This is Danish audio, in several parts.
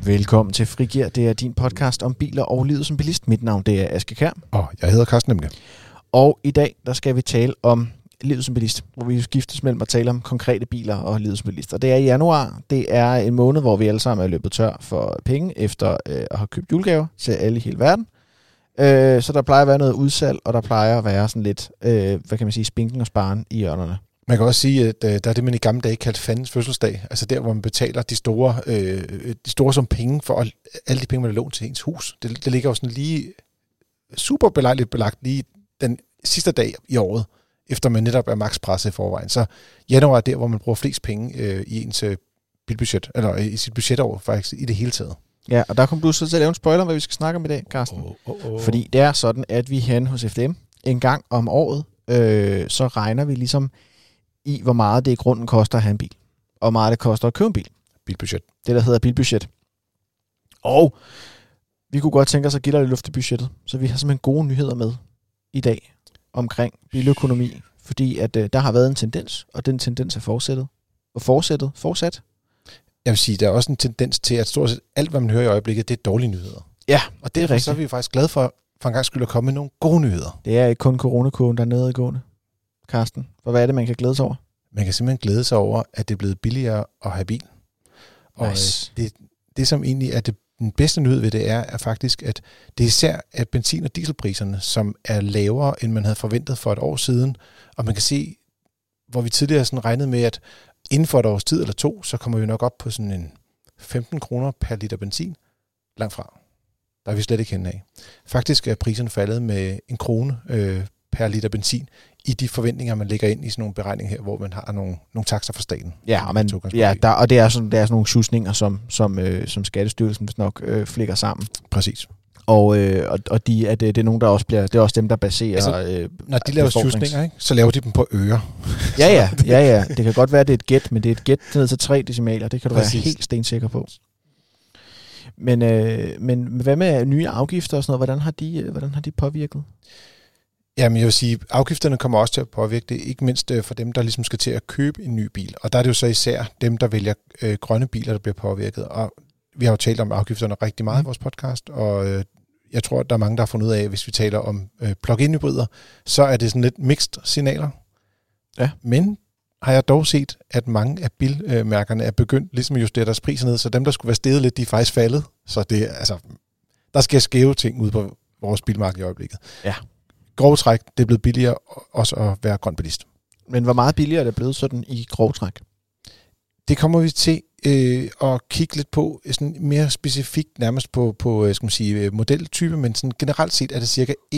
Velkommen til Frigir. Det er din podcast om biler og livet som bilist. Mit navn det er Aske Kjær. Og jeg hedder Carsten Emke. Og i dag der skal vi tale om livet som bilist, hvor vi skiftes mellem at tale om konkrete biler og livet som bilist. Og det er i januar. Det er en måned, hvor vi alle sammen er løbet tør for penge efter at have købt julegaver til alle i hele verden. Så der plejer at være noget udsalg, og der plejer at være sådan lidt, hvad kan man sige, spinken og sparen i hjørnerne. Man kan også sige, at der er det, man i gamle dage kaldte fandens fødselsdag. Altså der, hvor man betaler de store som penge for alle de penge, man har lånt til ens hus. Det ligger jo sådan lige super belejligt belagt lige den sidste dag i året, efter man netop er makspresset i forvejen. Så januar er der, hvor man bruger flest penge i ens bilbudget, eller i sit budgetår faktisk i det hele taget. Ja, og der kommer du så til at lave en spoiler om, hvad vi skal snakke om i dag, Carsten. Fordi det er sådan, at vi hen hos FDM en gang om året, så regner vi ligesom i, hvor meget det i grunden koster at have en bil. Og hvor meget det koster at købe en bil. Bilbudget. Det, der hedder bilbudget. Og vi kunne godt tænke os at give dig lidt luft i budgettet. Så vi har simpelthen gode nyheder med i dag omkring biløkonomi. Fordi at der har været en tendens, og den tendens er fortsat. Jeg vil sige, der er også en tendens til, at stort set alt, hvad man hører i øjeblikket, det er dårlige nyheder. Ja, og det er rigtigt. Så er vi faktisk glade for en gang skyld at komme med nogle gode nyheder. Det er ikke kun coronakurven, der er nedadgående, Carsten. For hvad er det, man kan glæde sig over? Man kan simpelthen glæde sig over, at det er blevet billigere at have bil. Og nice. det, som egentlig er den bedste nyhed ved det, er faktisk, at det er især at benzin- og dieselpriserne, som er lavere, end man havde forventet for et år siden. Og man kan se, hvor vi tidligere sådan regnede med, at inden for et års tid eller to, så kommer vi nok op på sådan en 15 kroner per liter benzin. Langt fra. Der er vi slet ikke henne af. Faktisk er priserne faldet med 1 krone per liter benzin i de forventninger, man lægger ind i sådan nogle beregninger her, hvor man har nogle takster fra staten. Ja, og det er sådan nogle sjusninger, som Skattestyrelsen nok flækker sammen. Præcis. Og det er nogen, der også bliver, det er også dem, der baserer... Altså, når de laver sjusninger, ikke, så laver de dem på øre. Ja. Det kan godt være, det er et gæt, men det er et gæt ned til 3 decimaler. Det kan du Præcis. være helt stensikker på. Men hvad med nye afgifter og sådan noget? Hvordan har de påvirket? Jamen, jeg vil sige, afgifterne kommer også til at påvirke det, ikke mindst for dem, der ligesom skal til at købe en ny bil. Og der er det jo så især dem, der vælger grønne biler, der bliver påvirket. Og vi har jo talt om afgifterne rigtig meget i vores podcast, og jeg tror, at der er mange, der har fundet ud af, at hvis vi taler om plug-in hybrider, så er det sådan lidt mixed signaler. Ja. Men har jeg dog set, at mange af bilmærkerne er begyndt ligesom at justere deres priser ned, så dem, der skulle være steget lidt, de er faktisk faldet. Så det, altså, der skal skæve ting ud på vores bilmarked i øjeblikket. Ja. Grov træk, det er blevet billigere også at være grøn bilist. Men hvor meget billigere er det blevet sådan i grov træk? Det kommer vi til at kigge lidt på, sådan mere specifikt nærmest på skal man sige, modeltype, men sådan generelt set er det cirka 1-2%.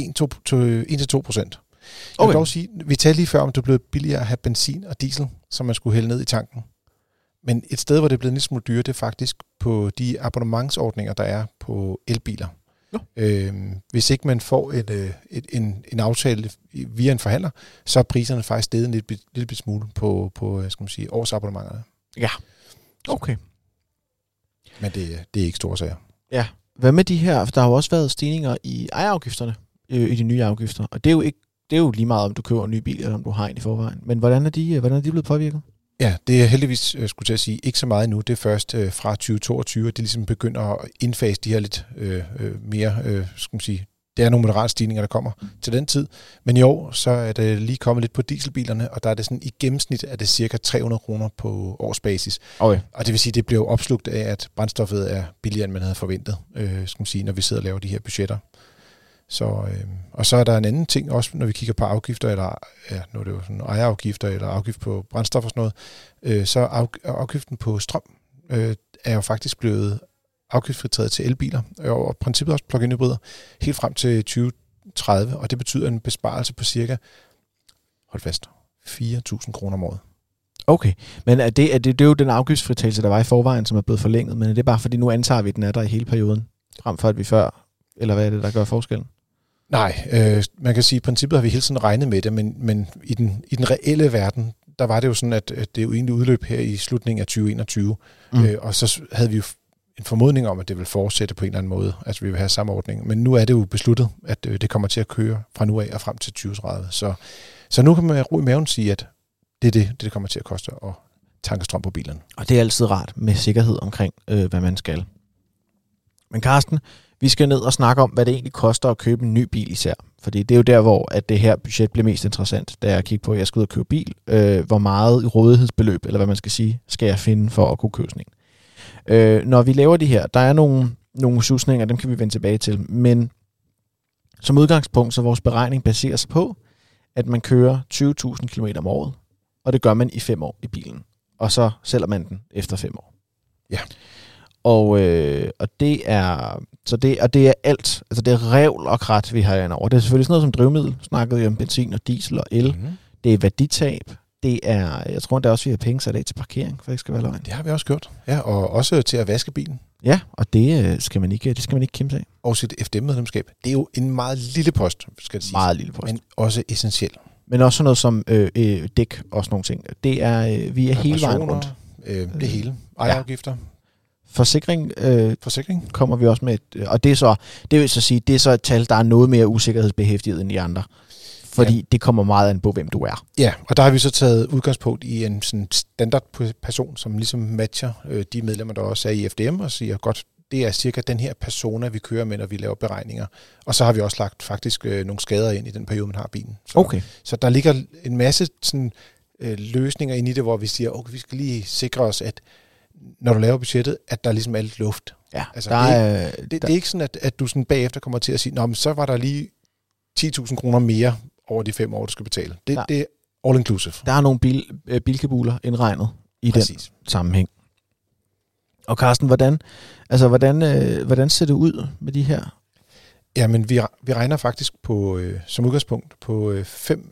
Jeg vil dog sige, vi talte lige før om, det blev billigere at have benzin og diesel, som man skulle hælde ned i tanken. Men et sted, hvor det er blevet lidt smule dyre, det er faktisk på de abonnementsordninger, der er på elbiler. Hvis ikke man får en aftale via en forhandler, så er priserne faktisk steget en lille smule på skal man sige, årsabonnementerne. Ja, okay. Men det er ikke store sager. Ja, hvad med de her, der har jo også været stigninger i ejerafgifterne, i de nye afgifter, og det er jo lige meget, om du køber en ny bil, eller om du har en i forvejen. Men hvordan er de blevet påvirket? Ja, det er heldigvis, skulle til at sige, ikke så meget endnu. Det er først fra 2022, at de ligesom begynder at indfase de her lidt mere, skal man sige, det er nogle moderate stigninger, der kommer til den tid. Men i år, så er det lige kommet lidt på dieselbilerne, og der er det sådan, i gennemsnit er det cirka 300 kroner på årsbasis. Okay. Og det vil sige, det bliver opslugt af, at brændstoffet er billigere, end man havde forventet, skal man sige, når vi sidder og laver de her budgetter. Så, og så er der en anden ting også, når vi kigger på afgifter, eller nu er det jo sådan ejerafgifter, eller afgift på brændstof og sådan noget, så afgiften på strøm er jo faktisk blevet afgiftsfritaget til elbiler, og princippet også plug-in hybrider, helt frem til 2030, og det betyder en besparelse på cirka, hold fast, 4.000 kroner om året. Okay, men det er jo den afgiftsfritagelse, der var i forvejen, som er blevet forlænget, men er det bare fordi, nu antager vi, at den er der i hele perioden, frem for at vi før, eller hvad er det, der gør forskellen? Nej, man kan sige, at i princippet har vi hele tiden regnet med det, men i den reelle verden, der var det jo sådan, at det jo egentlig udløb her i slutningen af 2021, og så havde vi jo en formodning om, at det vil fortsætte på en eller anden måde, altså vi vil have samme ordning. Men nu er det jo besluttet, at det kommer til at køre fra nu af og frem til 2030. Så nu kan man ro i maven sige, at det er det kommer til at koste at tanke strøm på bilerne. Og det er altid rart med sikkerhed omkring, hvad man skal. Men Carsten, vi skal ned og snakke om, hvad det egentlig koster at købe en ny bil især. Fordi det er jo der, hvor at det her budget bliver mest interessant, da jeg kigger på, at jeg skal ud og købe bil. Hvor meget i rådighedsbeløb, eller hvad man skal sige, skal jeg finde for at kunne købe sådan en. Når vi laver det her, der er nogle susninger, dem kan vi vende tilbage til. Men som udgangspunkt, så vores beregning baserer sig på, at man kører 20.000 km om året, og det gør man i 5 år i bilen. Og så sælger man den efter 5 år. Ja. Og det er det er alt. Altså det er revl og krat, vi har indover. Det er selvfølgelig sådan noget som drivmiddel. Snakkede vi om benzin og diesel og el. Mm-hmm. Det er værditab. Det er, jeg tror, der også vi har penge sat af til parkering, for det skal være løgn. Det har vi også gjort. Ja, og også til at vaske bilen. Ja, og det skal man ikke kimse af. Og sit FDM-medlemskab. Det er jo en meget lille post, skal det sige. Meget lille post. Men også essentiel. Men også sådan noget som dæk og sådan nogle ting. Det er, vi er hele vejen rundt. Det hele. Ejerafgifter. Ja. Forsikring kommer vi også med, og det vil så sige, det er så et tal, der er noget mere usikkerhedsbehæftiget end de andre. Fordi det kommer meget an på, hvem du er. Ja, og der har vi så taget udgangspunkt i en sådan standardperson, som ligesom matcher de medlemmer, der også er i FDM, og siger, godt, det er cirka den her persona, vi kører med, når vi laver beregninger. Og så har vi også lagt faktisk nogle skader ind i den periode, man har bilen. Så der ligger en masse sådan, løsninger ind i det, hvor vi siger, okay, vi skal lige sikre os, at når du laver budgettet, at der er ligesom alt luft. Ja, altså, det er ikke sådan, at du sådan bagefter kommer til at sige, nå, men så var der lige 10.000 kroner mere over de 5 år, du skal betale. Det er all inclusive. Der er nogle bilkabuler indregnet i den sammenhæng. Og Carsten, hvordan ser det ud med de her? Jamen, vi regner faktisk på som udgangspunkt på 5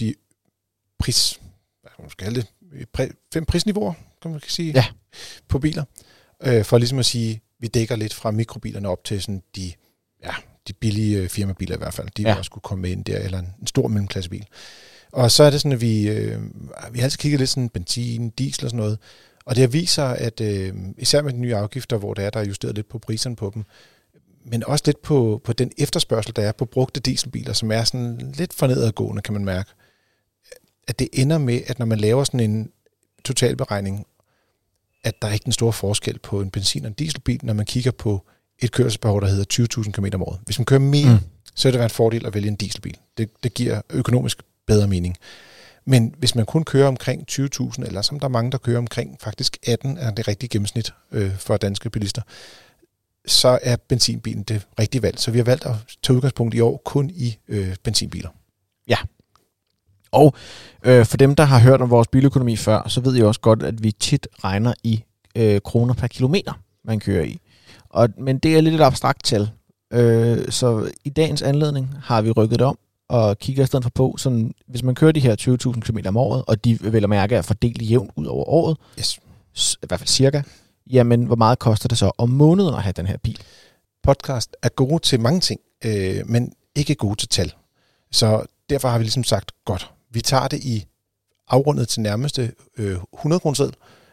fem prisniveauer, kan man sige, ja, på biler. For ligesom at sige, vi dækker lidt fra mikrobilerne op til sådan de billige firmabiler i hvert fald. De vil også kunne komme med ind der, eller en stor mellemklassebil. Og så er det sådan, at vi har altid kigget lidt sådan benzin, diesel og sådan noget. Og det viser, at især med de nye afgifter, hvor der er justeret lidt på priserne på dem, men også lidt på den efterspørgsel, der er på brugte dieselbiler, som er sådan lidt for nedadgående, kan man mærke. At det ender med, at når man laver sådan en totalberegning, at der er ikke den store forskel på en benzin- og en dieselbil, når man kigger på et kørselsbehov, der hedder 20.000 km om året. Hvis man kører mere, så er det en fordel at vælge en dieselbil. Det giver økonomisk bedre mening. Men hvis man kun kører omkring 20.000, eller som der er mange, der kører omkring faktisk 18, er det rigtige gennemsnit for danske bilister, så er benzinbilen det rigtige valg. Så vi har valgt at tage udgangspunkt i år kun i benzinbiler. Ja. Og for dem, der har hørt om vores biløkonomi før, så ved I også godt, at vi tit regner i kroner per kilometer, man kører i. Men det er lidt et abstrakt tal. Så i dagens anledning har vi rykket det om og kigger i stedet for på, sådan, hvis man kører de her 20.000 km om året, og de vel at mærke er fordelt jævnt ud over året, i hvert fald cirka, jamen hvor meget koster det så om måneden at have den her bil? Podcast er gode til mange ting, men ikke gode til tal. Så derfor har vi ligesom sagt, godt, vi tager det i afrundet til nærmeste 100 kroner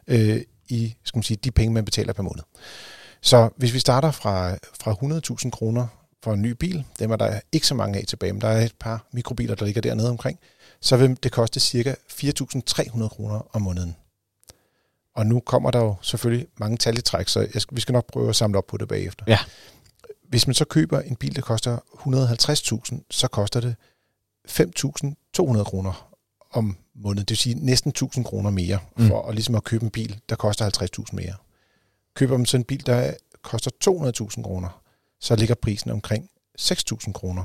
i skal man sige, de penge, man betaler per måned. Så hvis vi starter fra 100.000 kroner for en ny bil, dem er der ikke så mange af tilbage, men der er et par mikrobiler, der ligger dernede omkring, så vil det koste ca. 4.300 kroner om måneden. Og nu kommer der jo selvfølgelig mange tal i træk, så vi skal nok prøve at samle op på det bagefter. Ja. Hvis man så køber en bil, der koster 150.000, så koster det 5.200 kroner om måneden. Det vil sige næsten 1.000 kroner mere for at, ligesom at købe en bil, der koster 50.000 mere. Køber man så en bil, der koster 200.000 kroner, så ligger prisen omkring 6.000 kroner.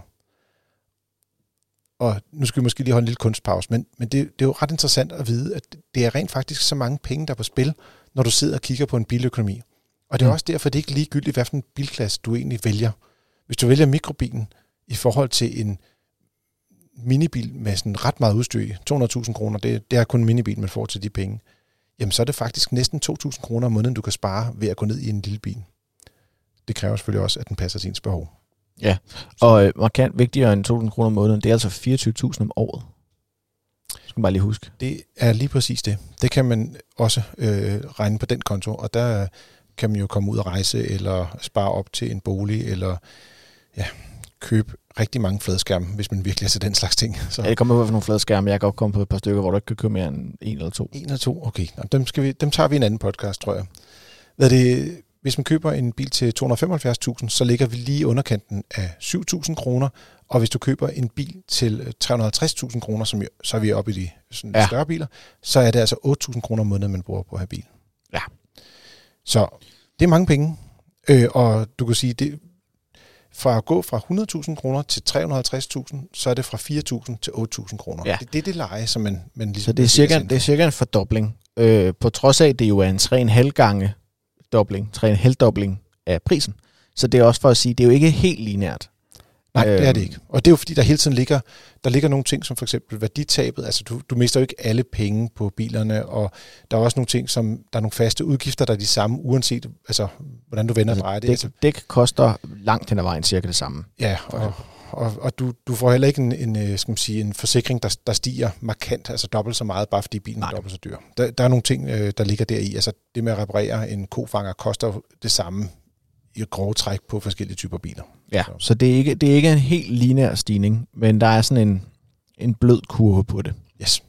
Og nu skal vi måske lige holde en lille kunstpause, men det er jo ret interessant at vide, at det er rent faktisk så mange penge, der er på spil, når du sidder og kigger på en biløkonomi. Og det er også derfor, det er ikke ligegyldigt, hvilken bilklasse du egentlig vælger. Hvis du vælger mikrobilen i forhold til en minibil med sådan ret meget udstyr i, 200.000 kroner, det er kun en minibil, man får til de penge, jamen så er det faktisk næsten 2.000 kroner om måneden, du kan spare ved at gå ned i en lille bil. Det kræver selvfølgelig også, at den passer til ens behov. Ja, og markant vigtigere end 2.000 kroner om måneden, det er altså 24.000 om året. Det skal man bare lige huske. Det er lige præcis det. Det kan man også regne på den konto, og der kan man jo komme ud og rejse, eller spare op til en bolig, eller købe rigtig mange fladskærme, hvis man virkelig er til den slags ting. Så. Ja, det kommer på nogle fladskærme. Jeg kan godt komme på et par stykker, hvor du ikke kan købe mere end en eller to. En eller to, okay. Dem tager vi i en anden podcast, tror jeg. hvis man køber en bil til 275.000, så ligger vi lige i underkanten af 7.000 kroner, og hvis du køber en bil til 350.000 kroner, så er vi oppe i de sådan større biler, så er det altså 8.000 kroner om måneden, man bruger på at have bil. Ja. Så det er mange penge, og du kan sige, det fra at gå fra 100.000 kroner til 350.000, så er det fra 4.000 til 8.000 kroner. Ja. Det er det leje, som man ligesom... Så det er cirka en fordobling. På trods af, at det jo er en 3,5 gange dobling af prisen. Så det er også for at sige, det er jo ikke helt lineært. Nej, det er det ikke. Og det er jo fordi, der hele tiden ligger nogle ting, som for eksempel værditabet. Altså, du mister jo ikke alle penge på bilerne, og der er også nogle ting, som der er nogle faste udgifter, der er de samme, uanset altså, hvordan du vender og drejer det. Dæk koster langt hen ad vejen cirka det samme. Ja, og du får heller ikke en forsikring, der stiger markant, altså dobbelt så meget, bare fordi bilen er dobbelt så dyr. Der er nogle ting, der ligger deri. Altså, det med at reparere en kofanger koster det samme i et grove træk på forskellige typer biler. Ja, så det er ikke en helt lineær stigning, men der er sådan en blød kurve på det. Yes.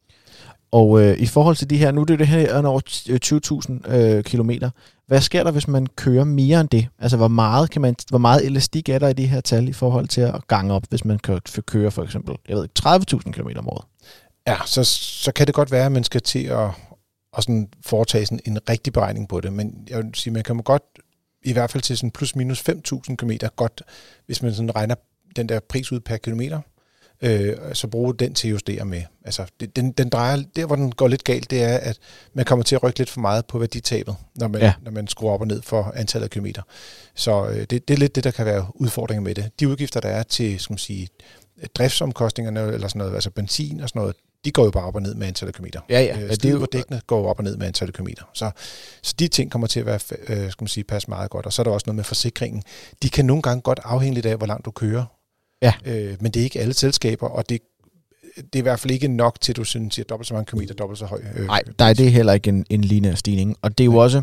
Og i forhold til de her, nu er det her over 20.000 kilometer. Hvad sker der, hvis man kører mere end det? Altså, hvor meget elastik er der i de her tal i forhold til at gange op, hvis man kører for eksempel, 30.000 kilometer om året? Ja, så kan det godt være, at man skal til at sådan foretage sådan en rigtig beregning på det, men jeg vil sige, man kan godt i hvert fald til sådan plus minus 5.000 km godt, hvis man sådan regner den der pris ud per kilometer, så bruge den til at justere med. Altså, den drejer, der hvor den går lidt galt, det er, at man kommer til at rykke lidt for meget på værditabet, når man skruer op og ned for antallet af kilometer. Så det er lidt det, der kan være udfordringer med det. De udgifter, der er til, skal man sige, driftsomkostningerne, eller sådan noget, altså benzin og sådan noget, de går jo bare op og ned med antallet af kilometer. Ja. Skide på dækkene går op og ned med antallet af kilometer. Så de ting kommer til at være, skal man sige, passe meget godt. Og så er der også noget med forsikringen. De kan nogle gange godt afhænge lidt af, hvor langt du kører. Ja. Men det er ikke alle selskaber, og det er i hvert fald ikke nok til, at du synes, at dobbelt så mange kilometer, dobbelt så høj. Nej, der er det heller ikke en lineær stigning. Og det er jo også...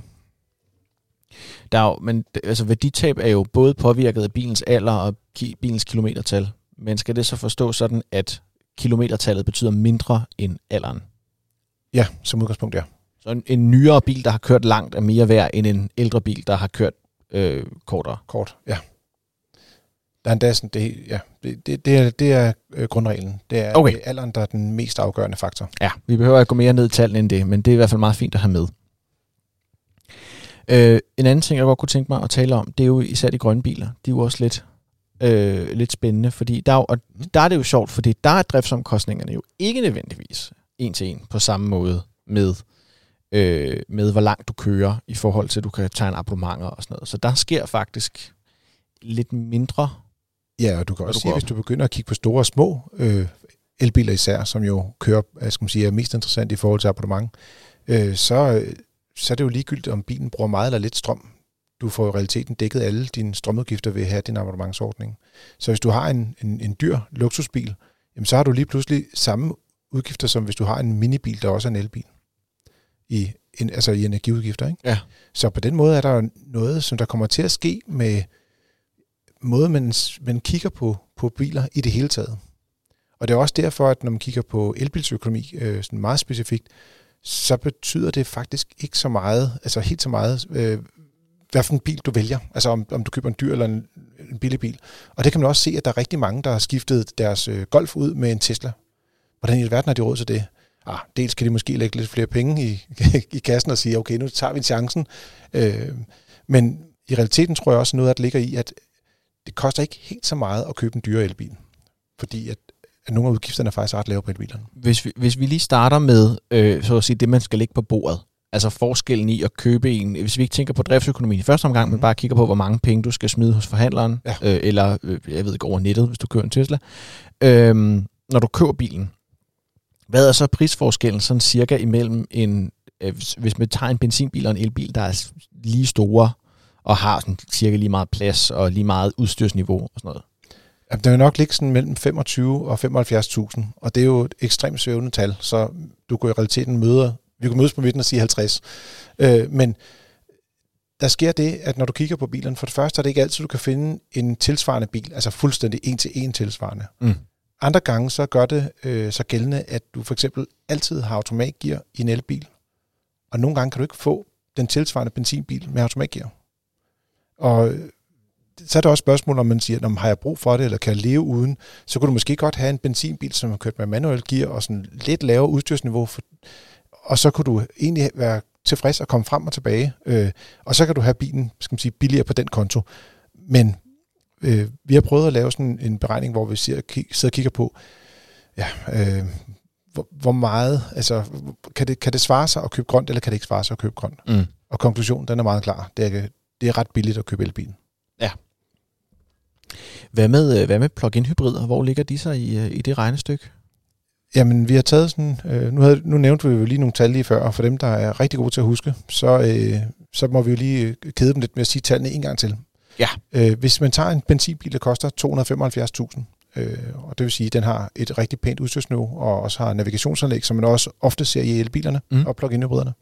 Men altså, værditab er jo både påvirket af bilens alder og bilens kilometertal. Men skal det så forstå sådan, at kilometertallet betyder mindre end alderen? Ja, som udgangspunkt, ja. Så en nyere bil, der har kørt langt, er mere værd end en ældre bil, der har kørt kortere? Kort, ja. Der er endda sådan, det er grundreglen. Det er okay. Alderen, der er den mest afgørende faktor. Ja, vi behøver ikke gå mere ned i tallene end det, men det er i hvert fald meget fint at have med. En anden ting, jeg godt kunne tænke mig at tale om, det er jo især de grønne biler. De er jo også lidt spændende, fordi der er det jo sjovt, fordi der er driftsomkostningerne jo ikke nødvendigvis en til en på samme måde med hvor langt du kører i forhold til, at du kan tage en abonnementer og sådan noget. Så der sker faktisk lidt mindre. Ja, og du kan også sige, hvis du begynder at kigge på store og små elbiler især, som jo kører, skal man sige, er mest interessant i forhold til abonnement, så er det jo ligegyldigt, om bilen bruger meget eller lidt strøm. Du får i realiteten dækket alle dine strømudgifter ved at have din abonnementsordning. Så hvis du har en dyr luksusbil, jamen så har du lige pludselig samme udgifter, som hvis du har en minibil, der også er en elbil. I energiudgifter, ikke? Ja. Så på den måde er der noget, som der kommer til at ske med måde, man kigger på biler i det hele taget. Og det er også derfor, at når man kigger på elbilsøkonomi sådan meget specifikt, så betyder det faktisk ikke så meget, altså helt så meget, hvad for en bil du vælger. Altså om du køber en dyr eller en billig bil. Og det kan man også se, at der er rigtig mange, der har skiftet deres Golf ud med en Tesla. Hvordan i alverden har de råd til det? Dels kan de måske lægge lidt flere penge i kassen og sige, okay, nu tager vi chancen. Men i realiteten tror jeg også noget, at det ligger i, at det koster ikke helt så meget at købe en dyre elbil. Fordi at nogle af udgifterne er faktisk ret lave på elbilerne. Hvis vi lige starter med, så at sige, det man skal lægge på bordet, altså forskellen i at købe en, hvis vi ikke tænker på driftsøkonomien i første omgang, men bare kigger på, hvor mange penge du skal smide hos forhandleren, eller jeg ved ikke, over nettet, hvis du kører en Tesla. Når du køber bilen, hvad er så prisforskellen sådan cirka imellem hvis man tager en benzinbil og en elbil, der er lige store, og har sådan cirka lige meget plads og lige meget udstyrsniveau og sådan noget? Det vil nok ligge sådan mellem 25 og 75.000, og det er jo et ekstremt svævende tal, så du kan i realiteten vi kan mødes på midten og sige 50. Men der sker det, at når du kigger på bilerne, for det første er det ikke altid, du kan finde en tilsvarende bil, altså fuldstændig en til en tilsvarende. Mm. Andre gange så gør det så gældende, at du for eksempel altid har automatgear i en elbil, og nogle gange kan du ikke få den tilsvarende benzinbil med automatgear. Og så er der også spørgsmål, om man siger, har jeg brug for det, eller kan jeg leve uden? Så kunne du måske godt have en benzinbil, som har kørt med manuel gear og sådan lidt lavere udstyrsniveau, og så kunne du egentlig være tilfreds og komme frem og tilbage. Og så kan du have bilen, skal man sige, billigere på den konto. Men vi har prøvet at lave sådan en beregning, hvor vi sidder og kigger på, hvor meget, altså kan det svare sig at købe grønt, eller kan det ikke svare sig at købe grønt? Mm. Og konklusionen, den er meget klar. Det er ret billigt at købe elbil. Ja. Hvad med plug-in hybrider? Hvor ligger de så i det regnestykke? Jamen, vi har taget sådan... Nu nævnte vi jo lige nogle tal lige før, og for dem, der er rigtig gode til at huske, så må vi jo lige kede dem lidt med at sige tallene en gang til. Ja. Hvis man tager en benzinbil, der koster 275.000, og det vil sige, at den har et rigtig pænt udstyrsniveau, og også har navigationsanlæg, som man også ofte ser i elbilerne og plug-in hybriderne,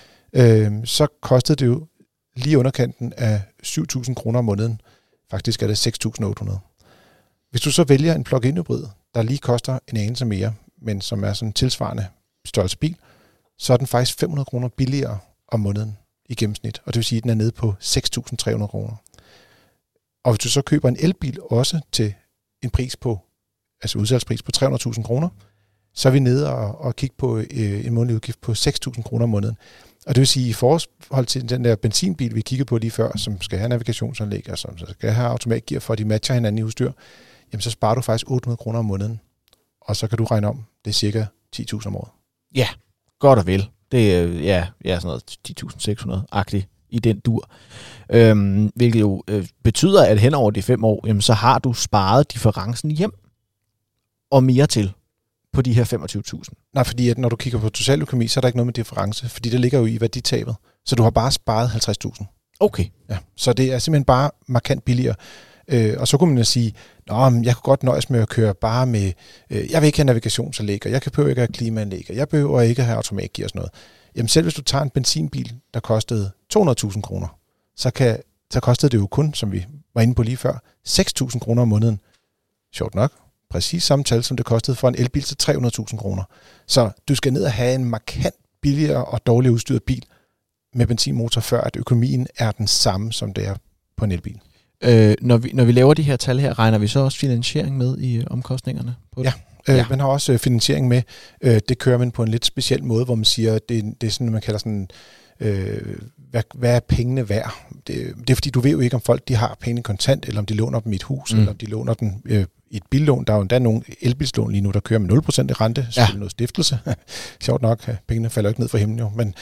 så kostede det jo lige underkanten af 7.000 kroner om måneden. Faktisk er det 6.800. Hvis du så vælger en plug-in hybrid, der lige koster en anelse mere, men som er sådan en tilsvarende størrelse bil, så er den faktisk 500 kroner billigere om måneden i gennemsnit. Og det vil sige, at den er nede på 6.300 kroner. Og hvis du så køber en elbil også til en pris på, altså udsalgspris på 300.000 kroner, så er vi nede og kigge på en månedlig udgift på 6.000 kroner om måneden. Og det vil sige, i forhold til den der benzinbil, vi kiggede på lige før, som skal have navigationsanlæg, og som skal have automatgear, for at de matcher hinanden i udstyr, jamen så sparer du faktisk 800 kroner om måneden. Og så kan du regne om, det er cirka 10.000 om året. Ja, godt og vel. Det er sådan noget 10.600-agtigt i den dur. Hvilket jo betyder, at hen over de 5 år, jamen, så har du sparet differencen hjem og mere til på de her 25.000. Nej, fordi at når du kigger på totaløkonomi, så er der ikke noget med difference, fordi det ligger jo i værditabet. Så du har bare sparet 50.000. Okay. Ja, så det er simpelthen bare markant billigere. Og så kunne man jo sige, jeg kunne godt nøjes med at køre bare med, jeg vil ikke have navigationsanlæg, og jeg behøver ikke have klimaanlæg, og jeg behøver ikke have automatgear og sådan noget. Jamen selv hvis du tager en benzinbil, der kostede 200.000 kroner, så kostede det jo kun, som vi var inde på lige før, 6.000 kroner om måneden. Sjovt nok. Præcis samme tal, som det kostede for en elbil til 300.000 kroner. Så du skal ned og have en markant billigere og dårligere udstyret bil med benzinmotor, før at økonomien er den samme, som det er på en elbil. Når vi laver de her tal her, regner vi så også finansiering med i omkostningerne på det? Ja, man har også finansiering med. Det kører man på en lidt speciel måde, hvor man siger, at det er sådan, man kalder sådan, hvad er pengene værd? Det er fordi, du ved jo ikke, om folk de har penge kontant, eller om de låner dem i et hus, eller om de låner dem i et billån. Der er jo endda nogle elbilslån lige nu, der kører med 0% i rente, så noget stiftelse. Sjovt nok, pengene falder ikke ned fra himlen jo, men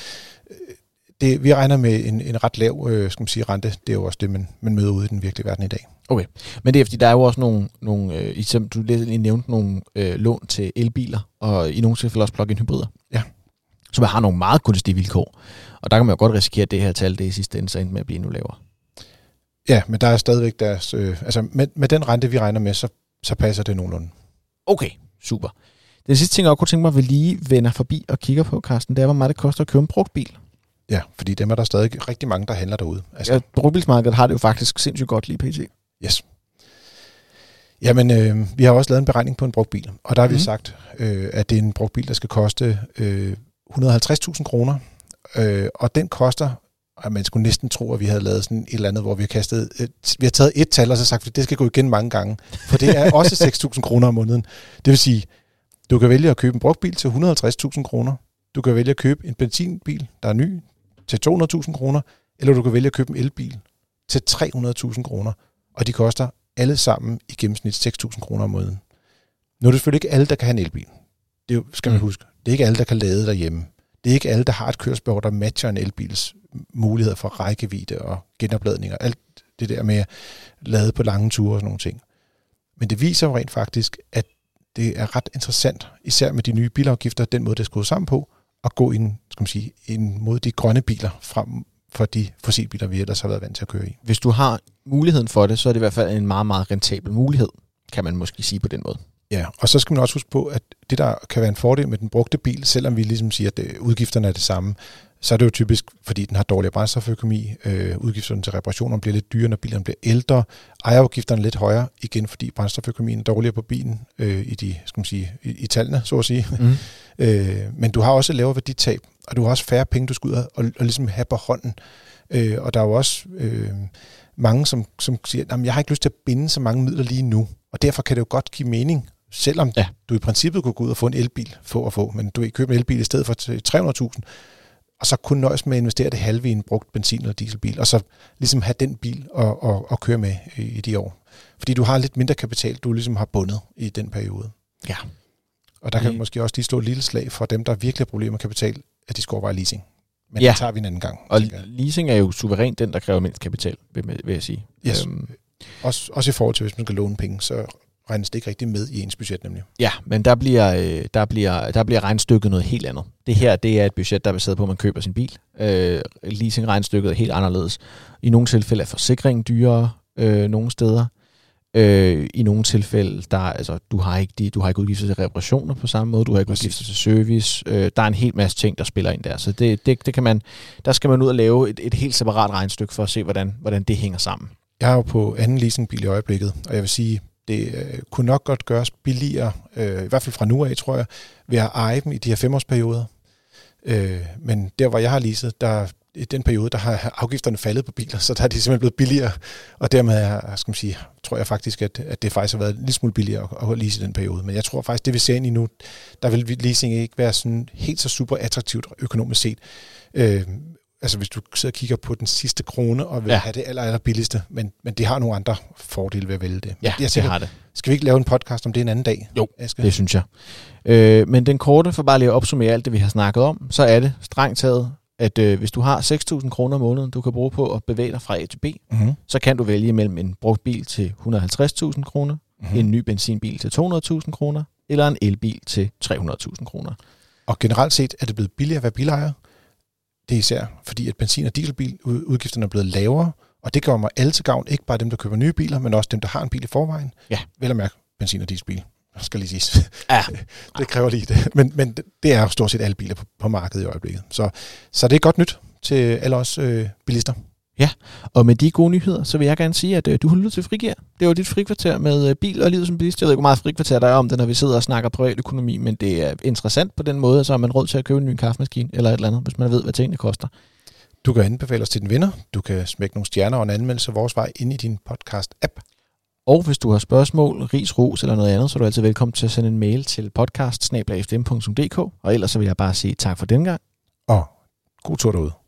vi regner med en ret lav skal man sige, rente. Det er jo også det, man møder ude i den virkelige verden i dag. Okay, men det er fordi, der er jo også nogle som du nævnte, nogle lån til elbiler, og i nogle tilfælde også plug-in hybrider. Ja. Så man har nogle meget kunstige vilkår. Og der kan man jo godt risikere, at det her tal, det i sidste ende så endte med at blive endnu lavere. Ja, men der er stadigvæk deres... altså med den rente, vi regner med, så passer det nogenlunde. Okay, super. Den sidste ting, jeg kunne tænke mig, at vi lige vender forbi og kigger på, Carsten, det er, hvor meget det koster at købe en brugt bil. Ja, fordi dem er der stadig rigtig mange, der handler derude. Altså, brugtbilsmarkedet har det jo faktisk sindssygt godt lige pt. Yes. Jamen, vi har også lavet en beregning på en brugt bil, og der har vi sagt, at det er en brugt bil, der skal koste 150.000 kroner, og den koster, og man skulle næsten tro, at vi havde lavet sådan et eller andet, hvor vi har taget et tal og så sagt, at det skal gå igen mange gange, for det er også 6.000 kroner om måneden. Det vil sige, du kan vælge at købe en brugt bil til 150.000 kroner, du kan vælge at købe en benzinbil, der er ny, til 200.000 kroner, eller du kan vælge at købe en elbil til 300.000 kroner, og de koster alle sammen i gennemsnit 6.000 kroner om måneden. Nu er det selvfølgelig ikke alle, der kan have en elbil. Det skal man huske. Det er ikke alle, der kan lade derhjemme. Det er ikke alle, der har et kørselsbehov, der matcher en elbils muligheder for rækkevidde og genopladning og alt det der med at lade på lange ture og sådan nogle ting. Men det viser jo rent faktisk, at det er ret interessant, især med de nye bilafgifter, den måde, det er skruet sammen på, at gå ind mod de grønne biler frem for de fossilbiler, vi ellers har været vant til at køre i. Hvis du har muligheden for det, så er det i hvert fald en meget, meget rentabel mulighed, kan man måske sige på den måde. Ja, og så skal man også huske på, at det, der kan være en fordel med den brugte bil, selvom vi ligesom siger, at udgifterne er det samme, så er det jo typisk, fordi den har dårligere brændstoføkonomi, udgifterne til reparationer bliver lidt dyrere, når bilerne bliver ældre, ejerafgifterne er lidt højere, igen fordi brændstoføkonomien er dårligere på bilen, i tallene, så at sige. Men du har også lavere værditab, og du har også færre penge, du skal ud og ligesom have på hånden. Og der er jo også, mange, som siger, at jeg har ikke lyst til at binde så mange midler lige nu, og derfor kan det jo godt give mening, selvom du i princippet kunne gå ud og få en elbil, men du ikke købe en elbil i stedet for til 300.000, og så kun nøjes med at investere det halve i en brugt benzin- eller dieselbil, og så ligesom have den bil og køre med i de år. Fordi du har lidt mindre kapital, du ligesom har bundet i den periode. Ja. Og der kan måske også lige stå et lille slag for dem, der virkelig har problemer med kapital, at de skal overveje leasing. Men det tager vi en anden gang. Og leasing er jo suverænt den, der kræver mindst kapital, vil jeg sige. Yes. Også i forhold til, hvis man skal låne penge, så regnes det ikke rigtig med i ens budget nemlig. Ja, men der bliver regnstykket noget helt andet. Det her, det er et budget, der er baseret på, at man køber sin bil. Leasing-regnstykket er helt anderledes. I nogle tilfælde er forsikringen dyrere nogle steder. I nogle tilfælde, du har ikke udgifter til reparationer på samme måde, du har ikke udgifter til service. Der er en hel masse ting, der spiller ind der. Så det kan man, der skal man ud og lave et helt separat regnstykke for at se, hvordan det hænger sammen. Jeg er jo på anden leasingbil i øjeblikket, og jeg vil sige, det kunne nok godt gøres billigere, i hvert fald fra nu af, tror jeg, ved at eje dem i de her 5-årsperioder. Men der, hvor jeg har leaset, i den periode, der har afgifterne faldet på biler, så der er de simpelthen blevet billigere, og dermed tror jeg faktisk, at det faktisk har været en lille smule billigere at lease i den periode. Men jeg tror faktisk, det vi ser ind i nu, der vil leasing ikke være sådan helt så super attraktivt økonomisk set. Altså hvis du sidder og kigger på den sidste krone og vil have det aller billigste, men det har nogle andre fordele ved at vælge det. Ja, det har det. Skal vi ikke lave en podcast om det en anden dag? Jo, det synes jeg. Men den korte, for bare lige at opsummere alt det, vi har snakket om, så er det strengt taget, at hvis du har 6.000 kroner om måneden, du kan bruge på at bevæge dig fra A til B, så kan du vælge mellem en brugt bil til 150.000 kroner, en ny benzinbil til 200.000 kroner, eller en elbil til 300.000 kroner. Og generelt set er det blevet billigere at være bilejer. Det er især fordi, at benzin- og dieselbil udgifterne er blevet lavere, og det gør mig alle til gavn, ikke bare dem, der køber nye biler, men også dem, der har en bil i forvejen. Ja. Vel at mærke benzin- og dieselbil. Skal lige siges. Ja. Det kræver lige det. Men det er jo stort set alle biler på markedet i øjeblikket. Så det er godt nyt til alle os bilister. Ja, og med de gode nyheder, så vil jeg gerne sige, at du har lyttet til Frigir. Det var dit frikvarter med bil og livet som bilist. Jeg ved ikke, hvor meget frikvarter der er om det, når vi sidder og snakker privatøkonomi, men det er interessant på den måde, så har man råd til at købe en ny kaffemaskine eller et eller andet, hvis man ved, hvad tingene koster. Du kan anbefale os til din venner. Du kan smække nogle stjerner og en anmeldelse af vores vej ind i din podcast-app. Og hvis du har spørgsmål, ris, ros eller noget andet, så er du altid velkommen til at sende en mail til podcast@fdm.dk. Og ellers så vil jeg bare sige tak for denne gang. Og god tur derude.